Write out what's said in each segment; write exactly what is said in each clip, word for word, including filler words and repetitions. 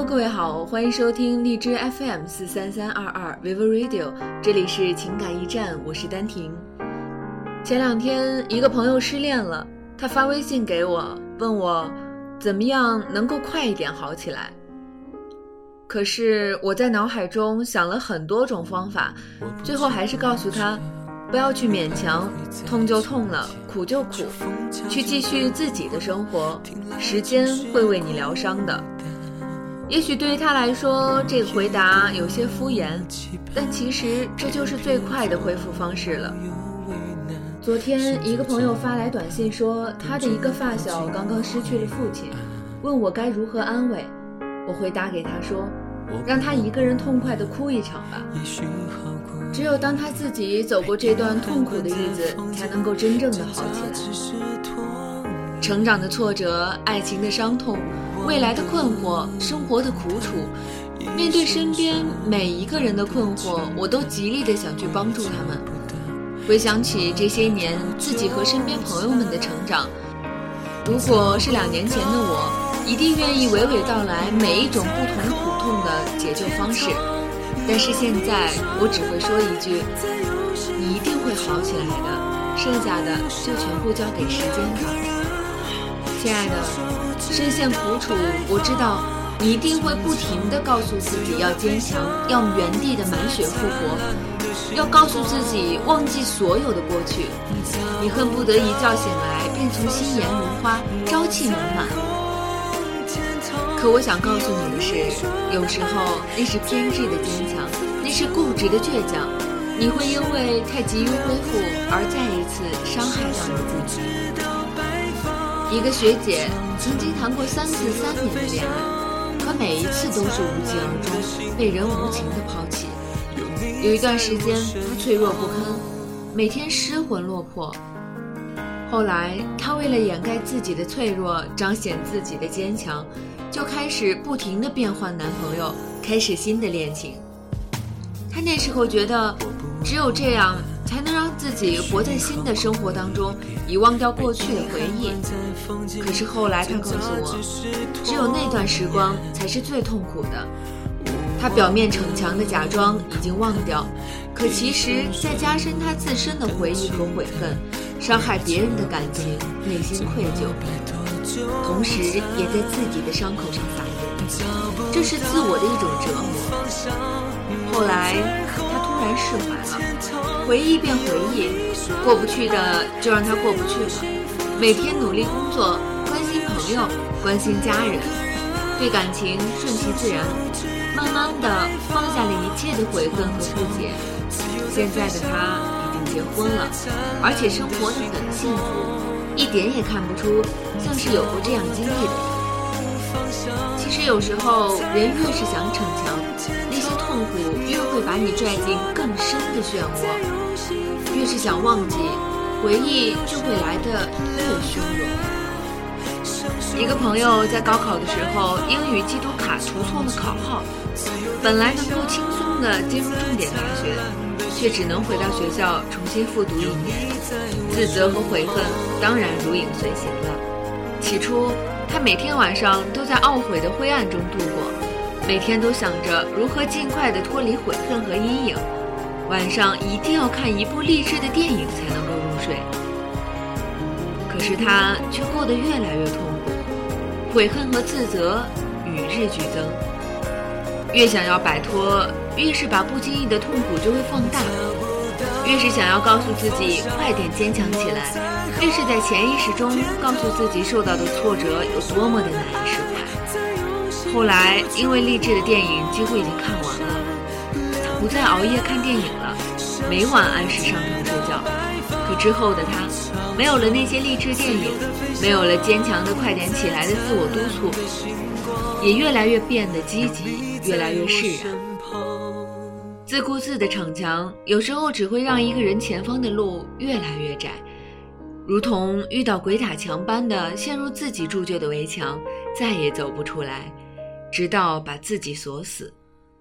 Hello， 各位好，欢迎收听荔枝 F M 四三三二二 Vivo Radio， 这里是情感驿站，我是丹婷。前两天一个朋友失恋了，他发微信给我，问我怎么样能够快一点好起来。可是我在脑海中想了很多种方法，最后还是告诉他不要去勉强，痛就痛了，苦就苦，去继续自己的生活，时间会为你疗伤的。也许对于他来说，这个回答有些敷衍，但其实这就是最快的恢复方式了。昨天一个朋友发来短信说，他的一个发小刚刚失去了父亲，问我该如何安慰。我回答给他说，让他一个人痛快地哭一场吧。只有当他自己走过这段痛苦的日子，才能够真正的好起来。成长的挫折，爱情的伤痛，未来的困惑，生活的苦楚，面对身边每一个人的困惑，我都极力的想去帮助他们。回想起这些年自己和身边朋友们的成长，如果是两年前的我，一定愿意娓娓道来每一种不同苦痛的解救方式。但是现在我只会说一句，你一定会好起来的，剩下的就全部交给时间吧。亲爱的，深陷苦楚，我知道你一定会不停地告诉自己要坚强，要原地的满血复活，要告诉自己忘记所有的过去。你恨不得一觉醒来便从心颜如花，朝气满满。可我想告诉你的是，有时候那是偏执的坚强，那是固执的倔强，你会因为太急于恢复而再一次伤害到你自己。一个学姐曾经谈过三次三年的恋爱，可每一次都是无疾而终，被人无情的抛弃。有一段时间她脆弱不堪，每天失魂落魄。后来她为了掩盖自己的脆弱，彰显自己的坚强，就开始不停地变换男朋友，开始新的恋情。她那时候觉得只有这样才能让自己活在新的生活当中，遗忘掉过去的回忆。可是后来她告诉我，只有那段时光才是最痛苦的。她表面逞强的假装已经忘掉，可其实在加深她自身的回忆和悔恨，伤害别人的感情，内心愧疚，同时也在自己的伤口上撒盐，这是自我的一种折磨。后来他突然释怀了，回忆变回忆，过不去的就让他过不去了，每天努力工作，关心朋友，关心家人，对感情顺其自然，慢慢的放下了一切的悔恨和不解。现在的他已经结婚了，而且生活的很幸福，一点也看不出像是有过这样经历的人。其实有时候人越是想逞强，那些痛苦越会把你拽进更深的漩涡，越是想忘记，回忆就会来得越汹涌。一个朋友在高考的时候，英语记读卡涂错了考号，本来能够轻松地进入重点大学，却只能回到学校重新复读一年，自责和悔恨当然如影随形了。起初他每天晚上都在懊悔的灰暗中度过，每天都想着如何尽快地脱离悔恨和阴影，晚上一定要看一部励志的电影才能够入睡。可是他却过得越来越痛苦，悔恨和自责与日俱增，越想要摆脱，越是把不经意的痛苦就会放大，越是想要告诉自己快点坚强起来，越是在潜意识中告诉自己受到的挫折有多么的难以释怀。后来因为励志的电影几乎已经看完了，他不再熬夜看电影了，每晚按时上床睡觉。可之后的他没有了那些励志电影，没有了坚强的快点起来的自我督促，也越来越变得积极，越来越释然。自顾自的逞强，有时候只会让一个人前方的路越来越窄，如同遇到鬼打墙般的陷入自己铸就的围墙，再也走不出来，直到把自己锁死。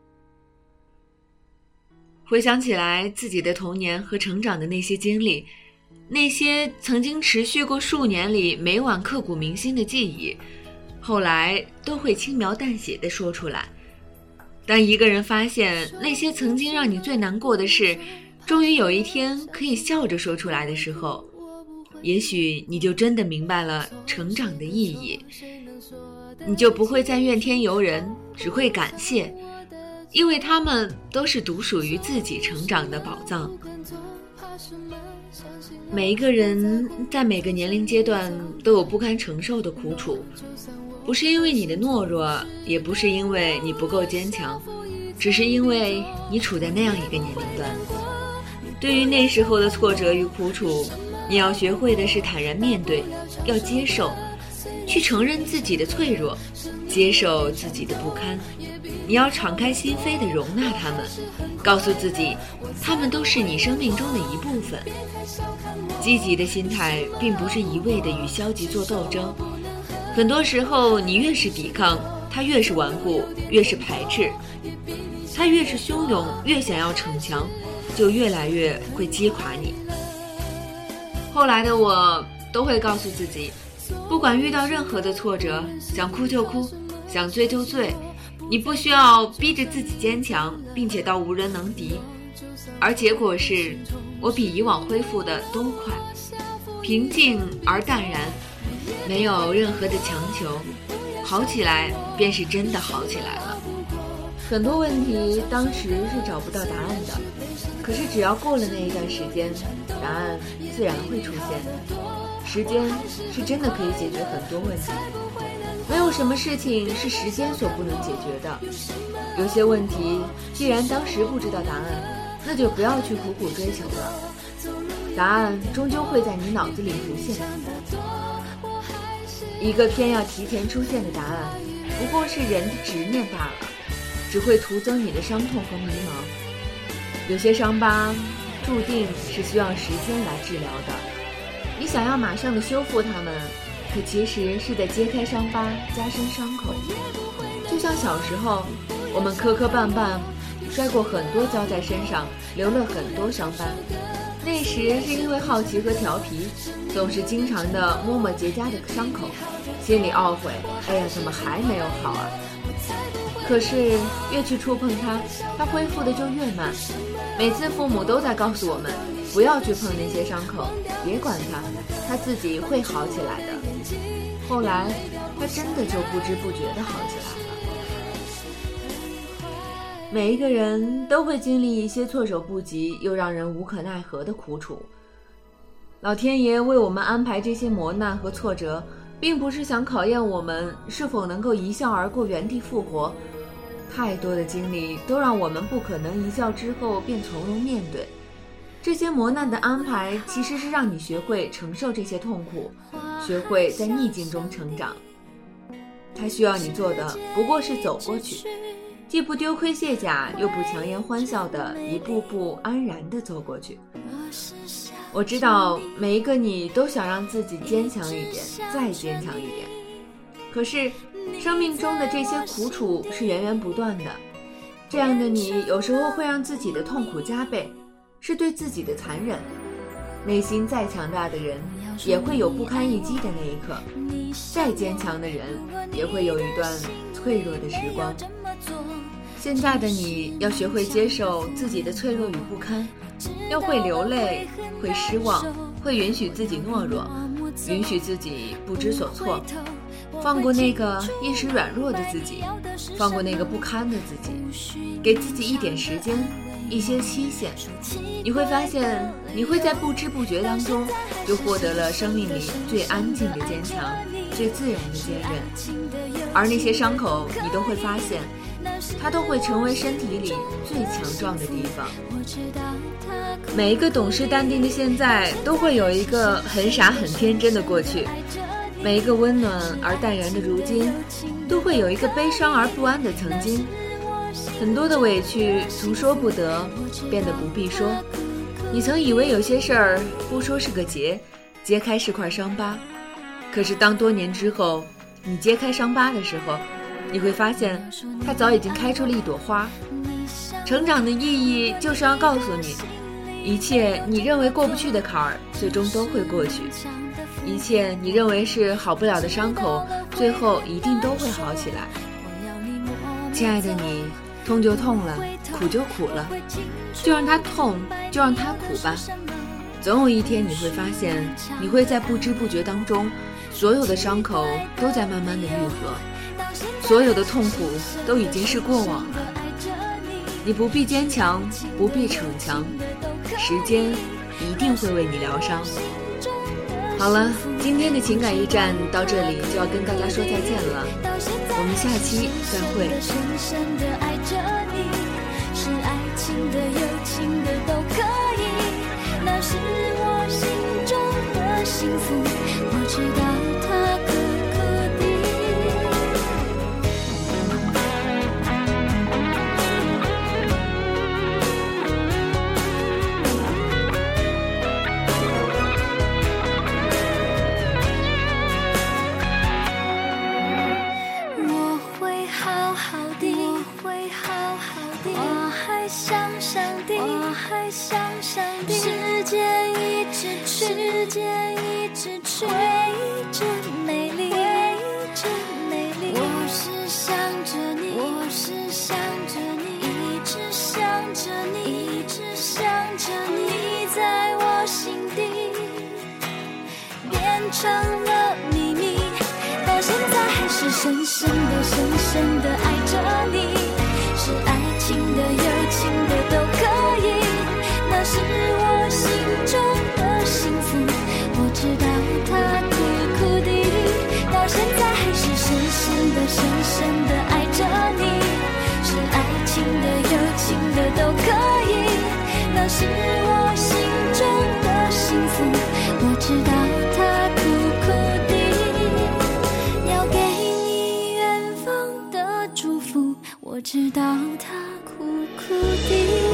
回想起来自己的童年和成长的那些经历，那些曾经持续过数年里每晚刻骨铭心的记忆， 后来都会轻描淡写地说出来。当一个人发现那些曾经让你最难过的事，终于有一天可以笑着说出来的时候，也许你就真的明白了成长的意义，你就不会再怨天尤人，只会感谢，因为他们都是独属于自己成长的宝藏。每一个人在每个年龄阶段都有不堪承受的苦楚，不是因为你的懦弱，也不是因为你不够坚强，只是因为你处在那样一个年龄段。对于那时候的挫折与苦楚，你要学会的是坦然面对，要接受，去承认自己的脆弱，接受自己的不堪。你要敞开心扉地容纳他们，告诉自己他们都是你生命中的一部分。积极的心态并不是一味地与消极做斗争，很多时候你越是抵抗，他越是顽固，越是排斥，他越是汹涌，越想要逞强，就越来越会击垮你。后来的我都会告诉自己，不管遇到任何的挫折，想哭就哭，想醉就醉，你不需要逼着自己坚强，并且到无人能敌。而结果是，我比以往恢复的都快，平静而淡然，没有任何的强求，好起来便是真的好起来了。很多问题当时是找不到答案的，可是只要过了那一段时间，答案自然会出现。时间是真的可以解决很多问题，没有什么事情是时间所不能解决的。有些问题既然当时不知道答案，那就不要去苦苦追求了，答案终究会在你脑子里浮现。一个偏要提前出现的答案，不过是人的执念罢了，只会徒增你的伤痛和迷茫。有些伤疤注定是需要时间来治疗的，你想要马上的修复它们，可其实是在揭开伤疤，加深伤口。就像小时候，我们磕磕绊绊，摔过很多跤在身上，留了很多伤疤。那时是因为好奇和调皮，总是经常的摸摸结痂的伤口，心里懊悔，哎呀，怎么还没有好啊？可是越去触碰它，它恢复的就越慢。每次父母都在告诉我们，不要去碰那些伤口，别管它，它自己会好起来的。后来它真的就不知不觉地好起来了。每一个人都会经历一些措手不及又让人无可奈何的苦楚。老天爷为我们安排这些磨难和挫折，并不是想考验我们是否能够一笑而过，原地复活。太多的经历都让我们不可能一笑之后便从容面对。这些磨难的安排其实是让你学会承受这些痛苦，学会在逆境中成长。它需要你做的不过是走过去，既不丢盔卸甲，又不强颜欢笑的一步步安然地走过去。我知道每一个你都想让自己坚强一点，再坚强一点。可是生命中的这些苦楚是源源不断的，这样的你有时候会让自己的痛苦加倍，是对自己的残忍。内心再强大的人也会有不堪一击的那一刻，再坚强的人也会有一段脆弱的时光。现在的你要学会接受自己的脆弱与不堪，要会流泪，会失望，会允许自己懦弱，允许自己不知所措，放过那个一时软弱的自己，放过那个不堪的自己，给自己一点时间，一些期限。你会发现，你会在不知不觉当中就获得了生命里最安静的坚强，最自然的坚韧。而那些伤口，你都会发现，它都会成为身体里最强壮的地方。每一个懂事淡定的现在，都会有一个很傻很天真的过去。每一个温暖而淡然的如今，都会有一个悲伤而不安的曾经。很多的委屈从说不得变得不必说，你曾以为有些事儿不说是个结，揭开是块伤疤，可是当多年之后你揭开伤疤的时候，你会发现它早已经开出了一朵花。成长的意义就是要告诉你，一切你认为过不去的坎儿最终都会过去。 一切你认为是好不了的伤口，最后一定都会好起来。亲爱的你，痛就痛了，苦就苦了，就让它痛，就让它苦吧。总有一天你会发现，你会在不知不觉当中，所有的伤口都在慢慢的愈合，所有的痛苦都已经是过往了。你不必坚强，不必逞强，时间一定会为你疗伤。好了，今天的情感驿站到这里就要跟大家说再见了，我们下期再会。深深的爱着你，是爱情的友情的都可以，那是我心中的幸福，我知道它苦苦的。我会好好的，我会好好的，我还想上帝，我还想上帝，世界一直去，世界一直去，回忆真美丽，回忆真美丽。我是想着你，我是想着你，一直想着你，一直想着你，在我心底变成了秘密，到现在还是深深的深深的爱着你，是爱情的友情的都可以，那是我心中的幸福，我知道它苦苦的，到现在还是深深的深深的爱着你，是爱情的友情的都可以，那是我心中的幸福，我知道它苦苦的，要给你远方的祝福，我知道它苦苦的。